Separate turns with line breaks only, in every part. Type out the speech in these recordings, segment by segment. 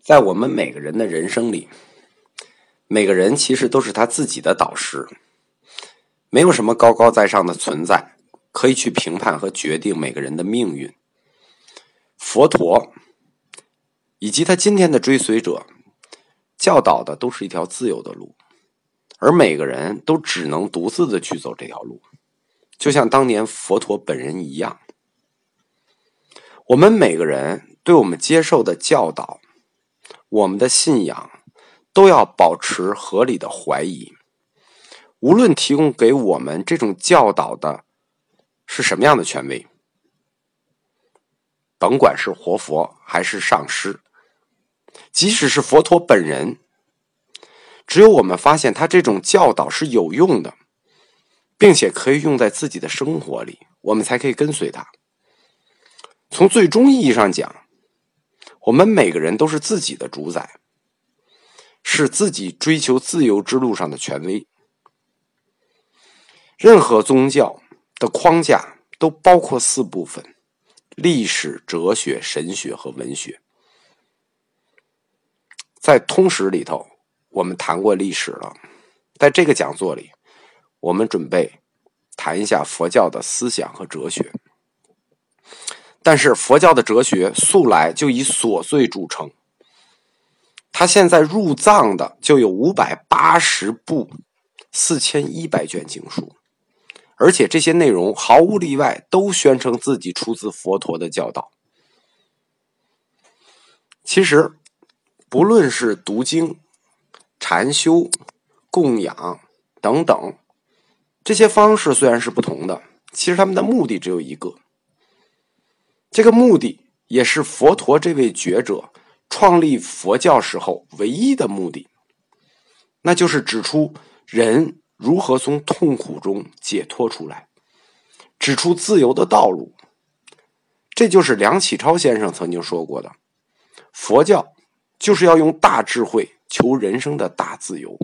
在我们每个人的人生里，每个人其实都是他自己的导师，没有什么高高在上的存在可以去评判和决定每个人的命运。佛陀以及他今天的追随者教导的都是一条自由的路，而每个人都只能独自的去走这条路，就像当年佛陀本人一样。我们每个人对我们接受的教导，我们的信仰，都要保持合理的怀疑。无论提供给我们这种教导的是什么样的权威，甭管是活佛还是上师，即使是佛陀本人，只有我们发现他这种教导是有用的，并且可以用在自己的生活里，我们才可以跟随他。从最终意义上讲，我们每个人都是自己的主宰，是自己追求自由之路上的权威。任何宗教的框架都包括4部分：历史、哲学、神学和文学。在通识里头，我们谈过历史了，在这个讲座里，我们准备谈一下佛教的思想和哲学。但是佛教的哲学素来就以琐碎著称，它现在入藏的就有580部4100卷经书，而且这些内容毫无例外都宣称自己出自佛陀的教导。其实不论是读经、禅修、供养等等，这些方式虽然是不同的，其实他们的目的只有一个。这个目的也是佛陀这位觉者创立佛教时候唯一的目的，那就是指出人如何从痛苦中解脱出来，指出自由的道路。这就是梁启超先生曾经说过的，佛教就是要用大智慧求人生的大自由。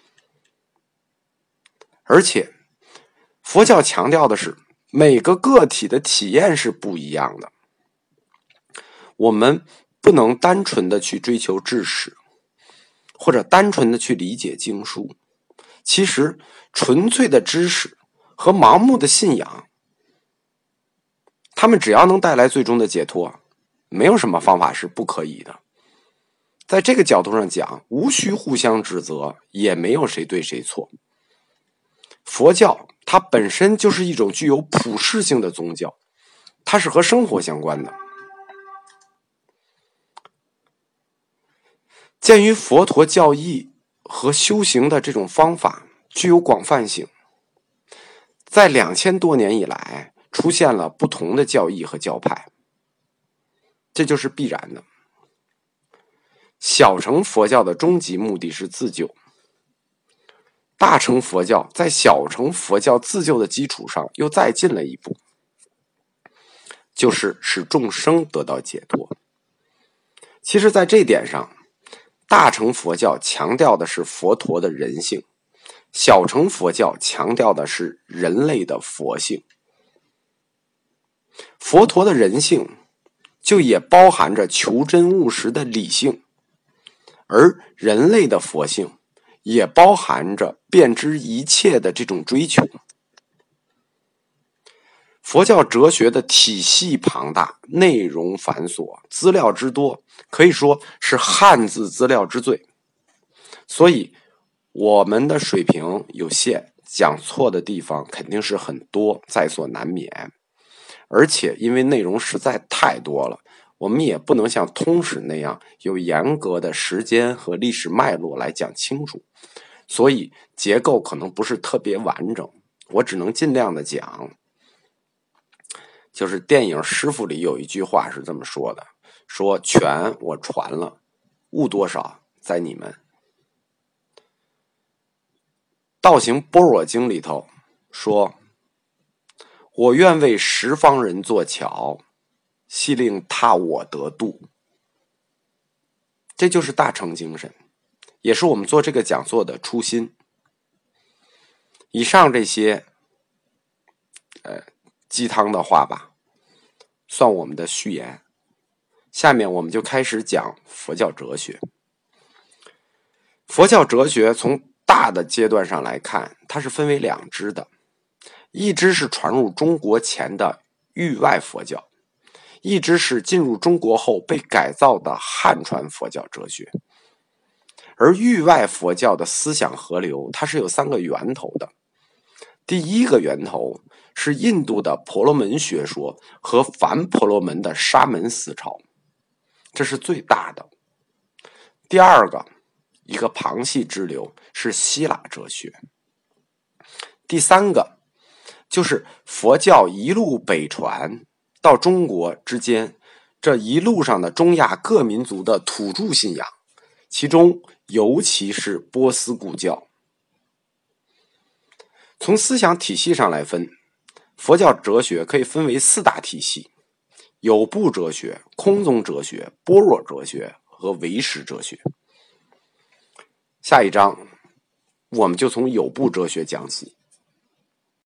而且佛教强调的是每个个体的体验是不一样的，我们不能单纯的去追求知识，或者单纯的去理解经书。其实纯粹的知识和盲目的信仰，他们只要能带来最终的解脱，没有什么方法是不可以的。在这个角度上讲，无需互相指责，也没有谁对谁错。佛教它本身就是一种具有普世性的宗教，它是和生活相关的。鉴于佛陀教义和修行的这种方法具有广泛性，在2000多年以来出现了不同的教义和教派，这就是必然的。小乘佛教的终极目的是自救，大乘佛教在小乘佛教自救的基础上又再进了一步，就是使众生得到解脱。其实在这点上，大乘佛教强调的是佛陀的人性，小乘佛教强调的是人类的佛性。佛陀的人性就也包含着求真务实的理性，而人类的佛性也包含着遍知一切的这种追求。佛教哲学的体系庞大，内容繁琐，资料之多，可以说是汉字资料之最。所以我们的水平有限，讲错的地方肯定是很多，在所难免。而且因为内容实在太多了，我们也不能像通史那样有严格的时间和历史脉络来讲清楚，所以结构可能不是特别完整，我只能尽量的讲。就是电影《师傅》里有一句话是这么说的，说权我传了，悟多少在你们。道行般若经里头说，我愿为十方人做桥，悉令他我得度。这就是大乘精神，也是我们做这个讲座的初心。以上这些鸡汤的话吧，算我们的序言。 下面我们就开始讲佛教哲学。佛教哲学从大的阶段上来看，它是分为两支的，一支是传入中国前的域外佛教，一支是进入中国后被改造的汉传佛教哲学。而域外佛教的思想河流，它是有3个源头的。第一个源头是印度的婆罗门学说和反婆罗门的沙门思潮，这是最大的。第二个，一个旁系支流是希腊哲学。第三个就是佛教一路北传到中国之间，这一路上的中亚各民族的土著信仰，其中尤其是波斯古教。从思想体系上来分，佛教哲学可以分为4大体系：有部哲学、空宗哲学、般若哲学和唯识哲学。下一章我们就从有部哲学讲起。